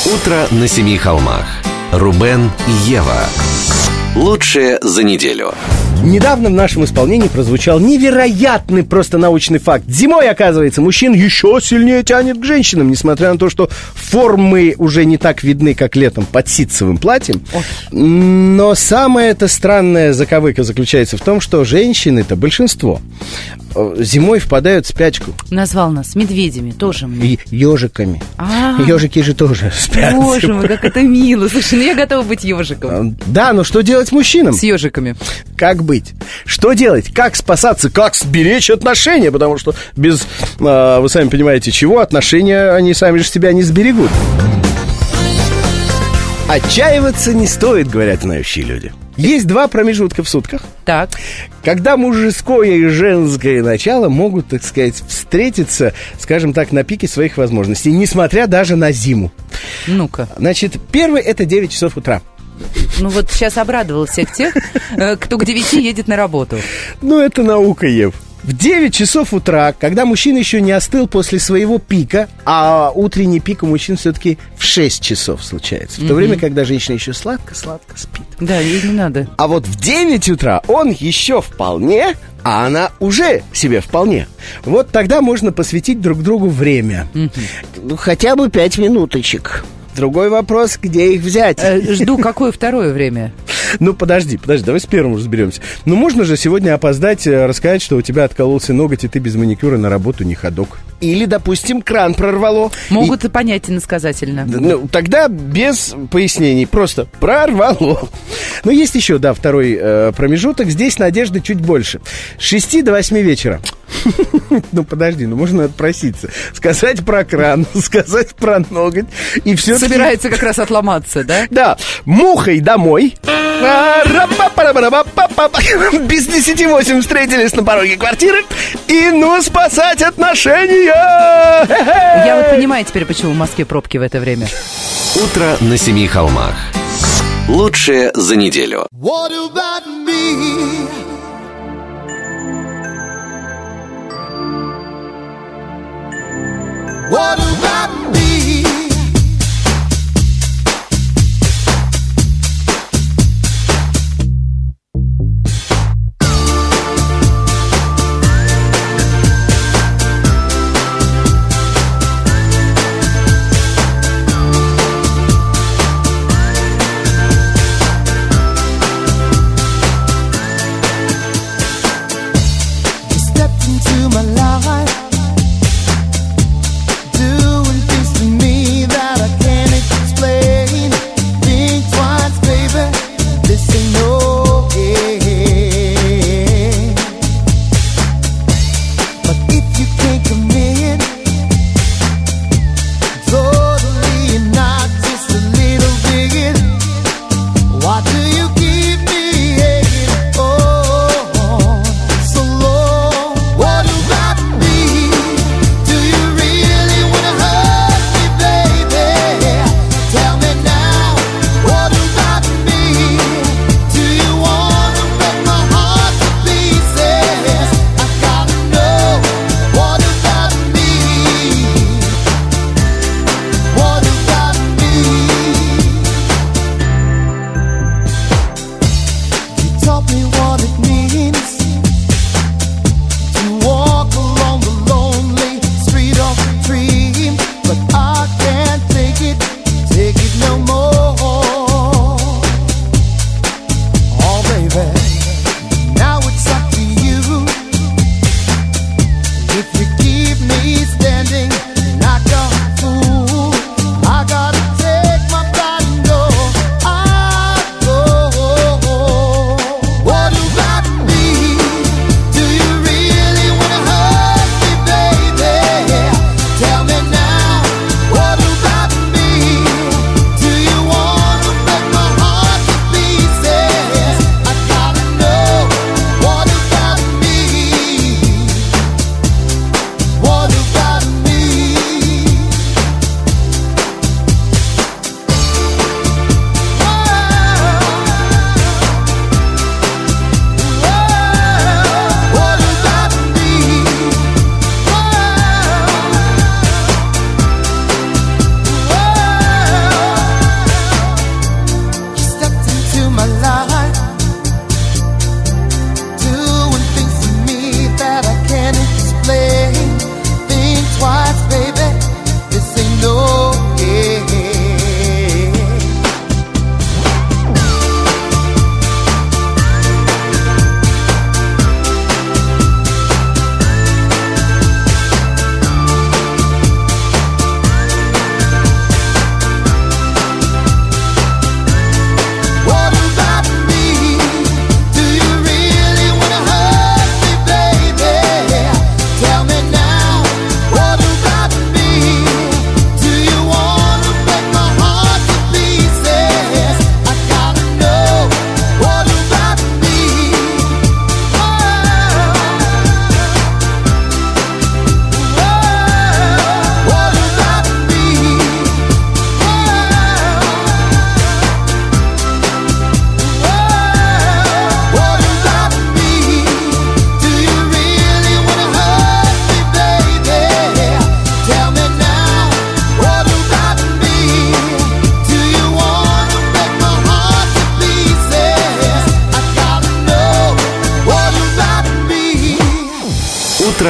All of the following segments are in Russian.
Утро на семи холмах. Рубен и Ева. Лучшее за неделю. Недавно в нашем исполнении прозвучал невероятный просто научный факт. Зимой, оказывается, мужчин еще сильнее тянет к женщинам, несмотря на то, что формы уже не так видны, как летом под ситцевым платьем. Но самая это странная заковыка заключается в том, что женщины-то большинство зимой впадают в спячку. Назвал нас медведями, тоже мне. Ежиками. Ежики же тоже спят. Боже мой, как это мило. Слушай, ну я готова быть ежиком. Да, но что делать мужчинам? С ежиками. Как быть? Что делать? Как спасаться? Как сберечь отношения? Потому что без, вы сами понимаете, чего, отношения они сами же себя не сберегут. Отчаиваться не стоит, говорят знающие люди. Есть два промежутка в сутках. Так. Когда мужское и женское начало могут, так сказать, встретиться, скажем так, на пике своих возможностей, несмотря даже на зиму. Ну-ка. Значит, первый — это 9 часов утра. Ну вот сейчас обрадовал всех тех, кто к 9 едет на работу. Ну, это наука, Ев. В 9 часов утра, когда мужчина еще не остыл после своего пика, а утренний пик у мужчин все-таки в 6 часов случается. В то время, когда женщина еще сладко-сладко спит. Да, ей не надо. А вот в 9 утра он еще вполне, а она уже себе вполне. Вот тогда можно посвятить друг другу время. Ну, хотя бы 5 минуточек. Другой вопрос, где их взять? Жду, какое второе время? Ну, подожди, давай с первым разберемся. Ну, можно же сегодня опоздать, рассказать, что у тебя откололся ноготь, и ты без маникюра на работу не ходок. Или, допустим, кран прорвало. Могут и понять иносказательно. Ну, тогда без пояснений, просто прорвало. Но есть еще, да, второй промежуток. Здесь надежды чуть больше. С 6 до 8 вечера. Ну, подожди, можно отпроситься. Сказать про кран, сказать про ноготь. И все. Собирается как раз отломаться, да? Да. Мухой домой. Без 10:08 встретились на пороге квартиры. И ну спасать отношения. Я вот понимаю теперь, почему в Москве пробки в это время. Утро на семи холмах. Лучшее за неделю. What about me? What about me? You stepped into my life, doing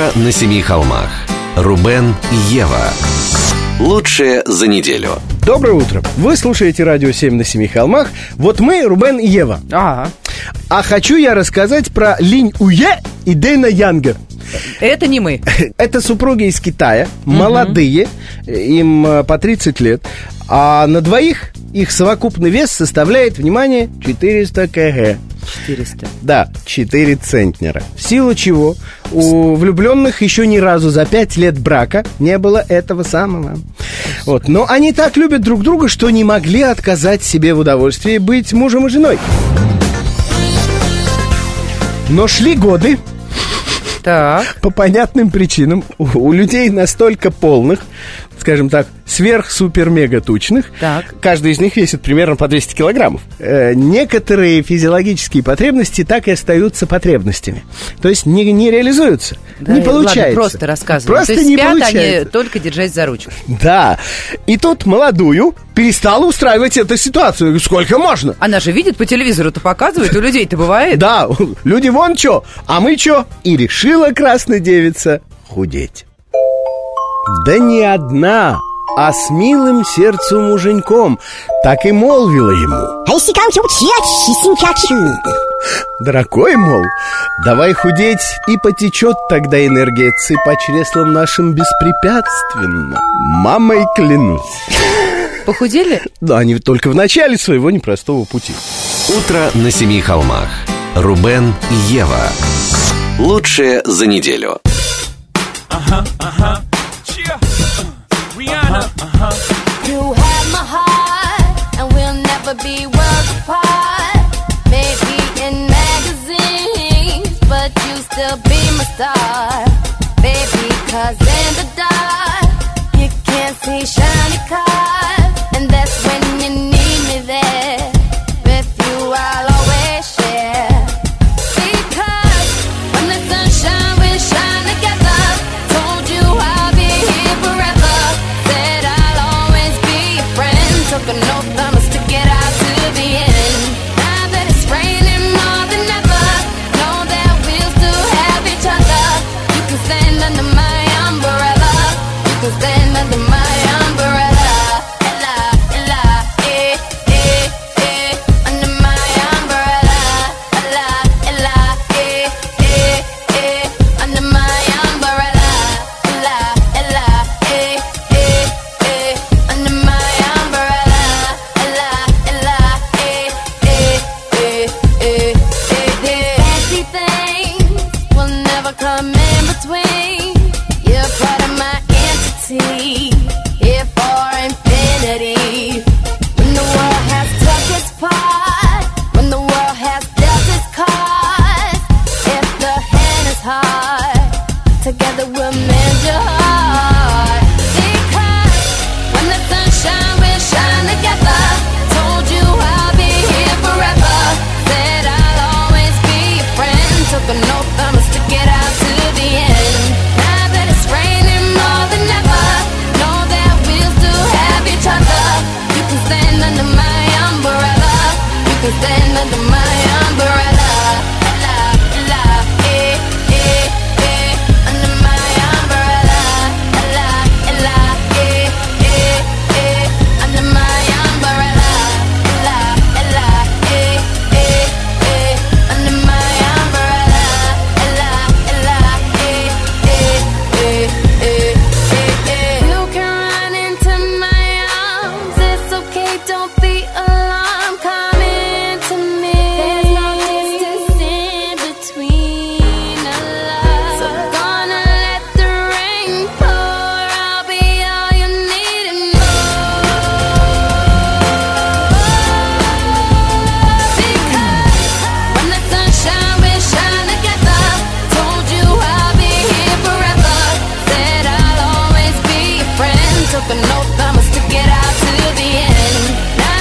Утро на семи холмах. Рубен и Ева. Лучшее за неделю. Доброе утро. Вы слушаете радио 7 на семи холмах. Вот мы, Рубен и Ева. Ага. А хочу я рассказать про Линь Уе и Дэна Янга. Это не мы. Это супруги из Китая, молодые, им по 30 лет. А на двоих их совокупный вес составляет, внимание, 400 кг. 400. Да, 4 центнера. В силу чего у влюбленных еще ни разу за 5 лет брака не было этого самого. Вот. Но они так любят друг друга, что не могли отказать себе в удовольствии быть мужем и женой. Но шли годы. Так. По понятным причинам у людей настолько полных, скажем так, сверх-супер-мега-тучных, Так. каждый из них весит примерно по 200 килограммов. Некоторые физиологические потребности так и остаются потребностями. То есть не реализуются, Да, не получается. Ладно, просто рассказывай. Просто То есть не спят получается. они только держась за ручку. Да. И тут молодую перестала устраивать эту ситуацию. Сколько можно? Она же видит по телевизору-то показывает, у людей-то бывает. Да, люди вон чё, а мы чё? И решила красная девица худеть. Да не одна, а с милым сердцем муженьком. Так и молвила ему: дорогой, мол, давай худеть, и потечет тогда энергия ци по чреслам нашим беспрепятственно. Мамой клянусь. Похудели? Да, они только в начале своего непростого пути. Утро на семи холмах. Рубен и Ева. Лучшее за неделю. You have my heart, and we'll never be worlds apart. Maybe in magazines, but you still be my star. Baby, 'cause in the dark, you can't see shiny cars. And that's when you need me there. With you, I'll always share. Because when the sunshine will shine together, told you I'll be here forever. Said I'll always be your friend. Took an oath, I'ma stick it out to the end. Now that it's raining more than ever, know that we'll still have each other. You can stand under my umbrella. You can stand under my umbrella. Ella, Ella, eh, eh, eh. Under my umbrella. Ella, Ella, eh, eh, eh. Under my umbrella. Ella, Ella, eh, eh, eh. Under my umbrella. Ella, Ella, eh, eh, eh, eh, eh, eh. Fancy things will never come in between. You're part of my entity, here for infinity. When the world has took its part, when the world has dealt its cards, if the hand is hard, together we'll mend your heart. Because when the sunshine will shine together, told you I'll be here forever. Said I'll always be your friend. Took an oath, I'ma stick it out to the end. Now that it's raining more than ever, know that we'll still have each other. You can stand under my umbrella. You can stand under my umbrella. Ella, Ella, eh, eh, eh. Under my umbrella. Ella, Ella, eh, eh, eh. Under my umbrella. Ella, Ella, eh, eh, eh. Under my umbrella. Ella, Ella, eh, eh, eh, eh, eh, eh. You can run into my arms. It's okay, don't be alarmed. Come into me. There's no distance in between us. So gonna let the rain pour. I'll be all you need and more. Because when the sunshine will shine together, told you I'll be here forever. Said I'll always be your friend. Took an oath, I'ma stick it out to the end. Now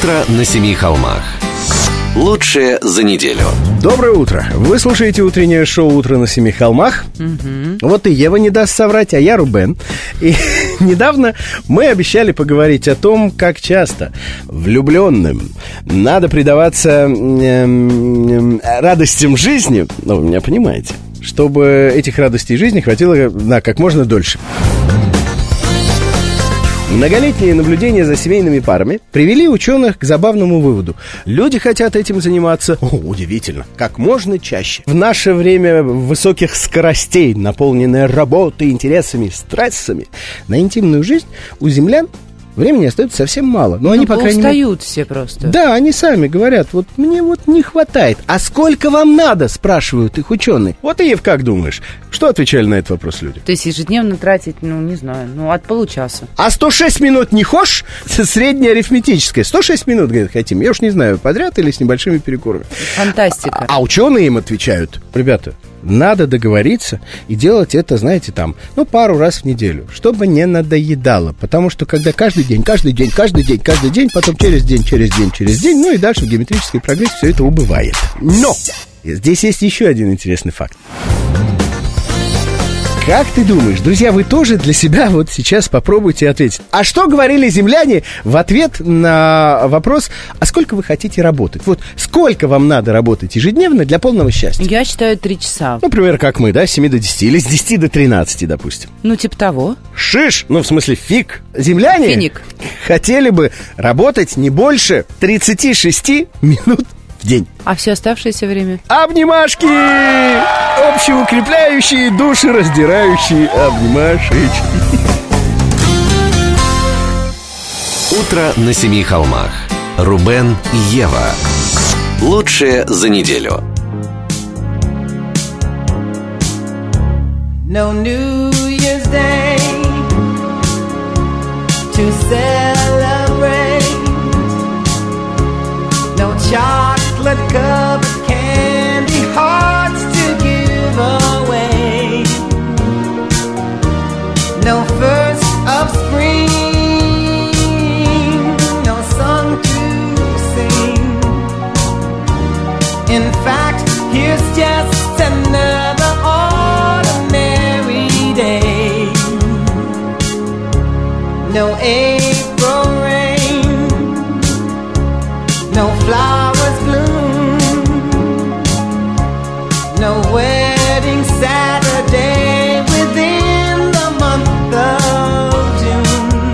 Утро на семи холмах. Лучшее за неделю. Доброе утро. Вы слушаете утреннее шоу «Утро на семи холмах». Вот и Ева не даст соврать, а я Рубен. И недавно мы обещали поговорить о том, как часто влюбленным надо предаваться радостям жизни, ну, вы меня понимаете, чтобы этих радостей жизни хватило на как можно дольше. Многолетние наблюдения за семейными парами привели ученых к забавному выводу. Люди хотят этим заниматься, удивительно, как можно чаще. В наше время высоких скоростей, наполненное работой, интересами, стрессами, на интимную жизнь у землян времени остается совсем мало. Но они, по крайней мере, устают все просто. Да, они сами говорят, вот мне вот не хватает. А сколько вам надо, спрашивают их ученые. Вот и Ев, как думаешь, что отвечали на этот вопрос люди? То есть ежедневно тратить, не знаю, от получаса. А 106 минут не хошь? Среднее арифметическое. 106 минут, говорят, хотим. Я уж не знаю, подряд или с небольшими перекурами. Фантастика. А ученые им отвечают, ребята, надо договориться и делать это, знаете, там, пару раз в неделю, чтобы не надоедало. Потому что когда каждый день, потом через день, ну и дальше в геометрической прогрессии все это убывает. Но здесь есть еще один интересный факт. Как ты думаешь, друзья, вы тоже для себя вот сейчас попробуйте ответить. А что говорили земляне в ответ на вопрос, а сколько вы хотите работать? Вот сколько вам надо работать ежедневно для полного счастья? Я считаю 3 часа. Например, как мы, да, с 7 до 10 или с 10 до 13, допустим. Типа того. Шиш, в смысле фиг. Земляне Финик. Хотели бы работать не больше 36 минут в день. А все оставшееся время? Обнимашки! Общеукрепляющие, душераздирающие обнимашечки. Утро на семи холмах. Рубен и Ева. Лучшее за неделю. No New Year's Day to celebrate. No chocolate covered candy hearts to give away. No first of spring, no song to sing. In fact, here's just another ordinary day. No April rain, no flowers bloom, no wedding Saturday within the month of June.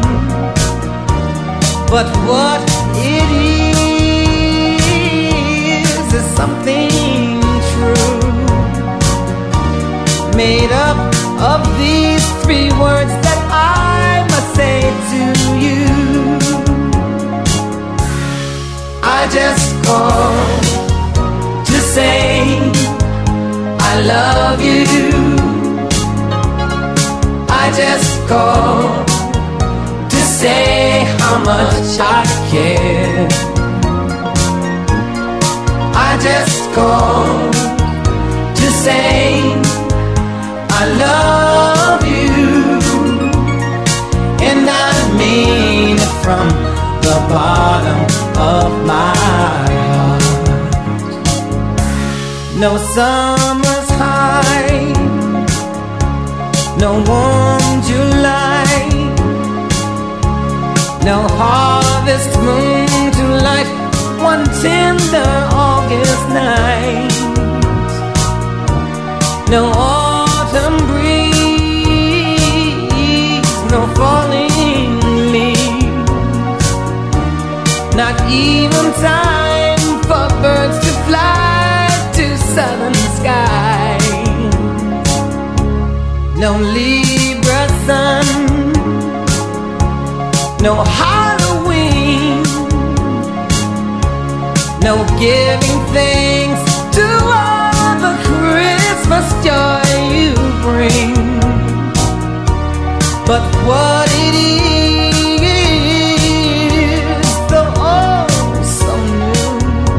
But what it is something true, made up of these 3 words that I must say to you. I just called to say I love you. I just called to say how much I care. I just called to say I love you, and I mean it from the bottom of my heart. No summer's high, no warm July, no harvest moon to light one tender August night. No autumn breeze, no falling leaves, not even time for birds to fly to southern skies. No Libra sun, no Halloween, no giving thanks to all the Christmas joy you bring. But what it is, though oh so new,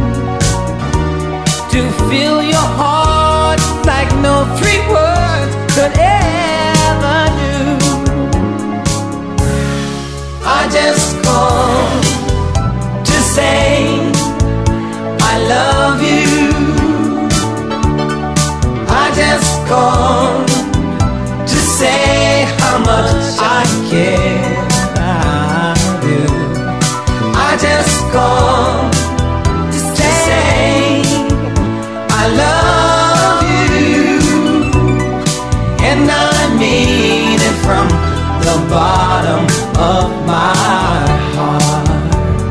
to fill your heart like no 3 words could ever do. I just called to say called to say how much I care. I do. I just called to say I love you, and I mean it from the bottom of my heart.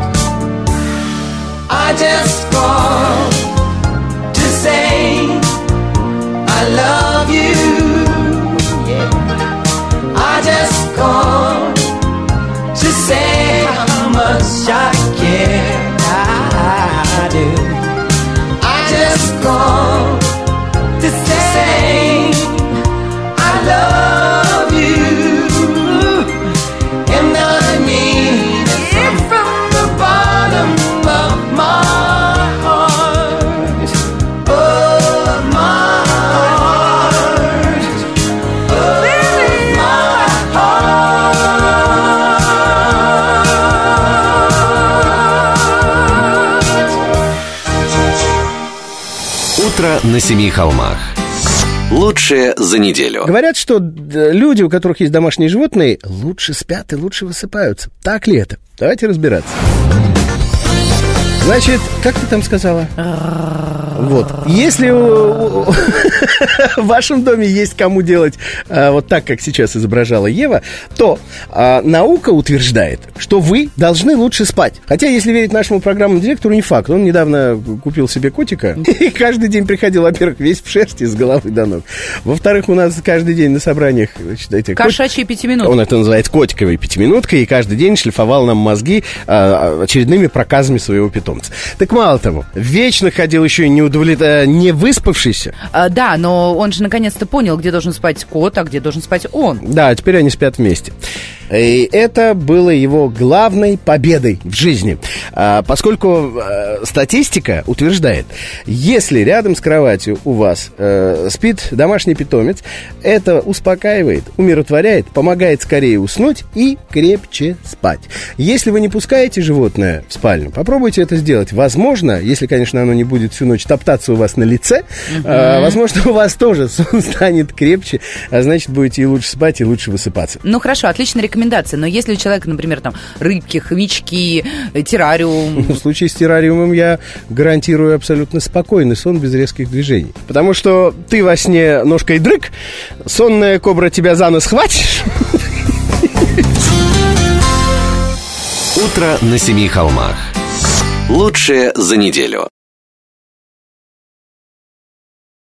I just called to say I love you. Yeah. I just called to say how much I care. I do. I just called to say I love you, and I mean it from the bottom of my heart. Oh, my heart. Oh, my heart. Утро на семи холмах. Лучшее за неделю. Говорят, что люди, у которых есть домашние животные, лучше спят и лучше высыпаются. Так ли это? Давайте разбираться. Значит, как ты там сказала? Вот. Если в вашем доме есть кому делать вот так, как сейчас изображала Ева, то наука утверждает, что вы должны лучше спать. Хотя, если верить нашему программному директору, не факт. Он недавно купил себе котика и каждый день приходил, во-первых, весь в шерсти с головы до ног. Во-вторых, у нас каждый день на собраниях... Эти кошачьи пятиминутки. Он это называет котиковой пятиминуткой, и каждый день шлифовал нам мозги очередными проказами своего питомца. Так мало того, вечно ходил еще и не выспавшийся. Да, но он же наконец-то понял, где должен спать кот, а где должен спать он. Да, теперь они спят вместе. И это было его главной победой в жизни. Поскольку статистика утверждает, если рядом с кроватью у вас спит домашний питомец, это успокаивает, умиротворяет, помогает скорее уснуть и крепче спать. Если вы не пускаете животное в спальню, попробуйте это сделать. Возможно, если, конечно, оно не будет всю ночь топтаться у вас на лице, возможно, у вас тоже сон станет крепче, а значит, будете и лучше спать, и лучше высыпаться. Ну, хорошо, отличная рекомендация. Но если у человека, например, там рыбки, хомячки, террариум... В случае с террариумом я гарантирую абсолютно спокойный сон без резких движений. Потому что ты во сне ножкой дрык, сонная кобра тебя за нос хватишь. Утро на семи холмах. Лучшее за неделю.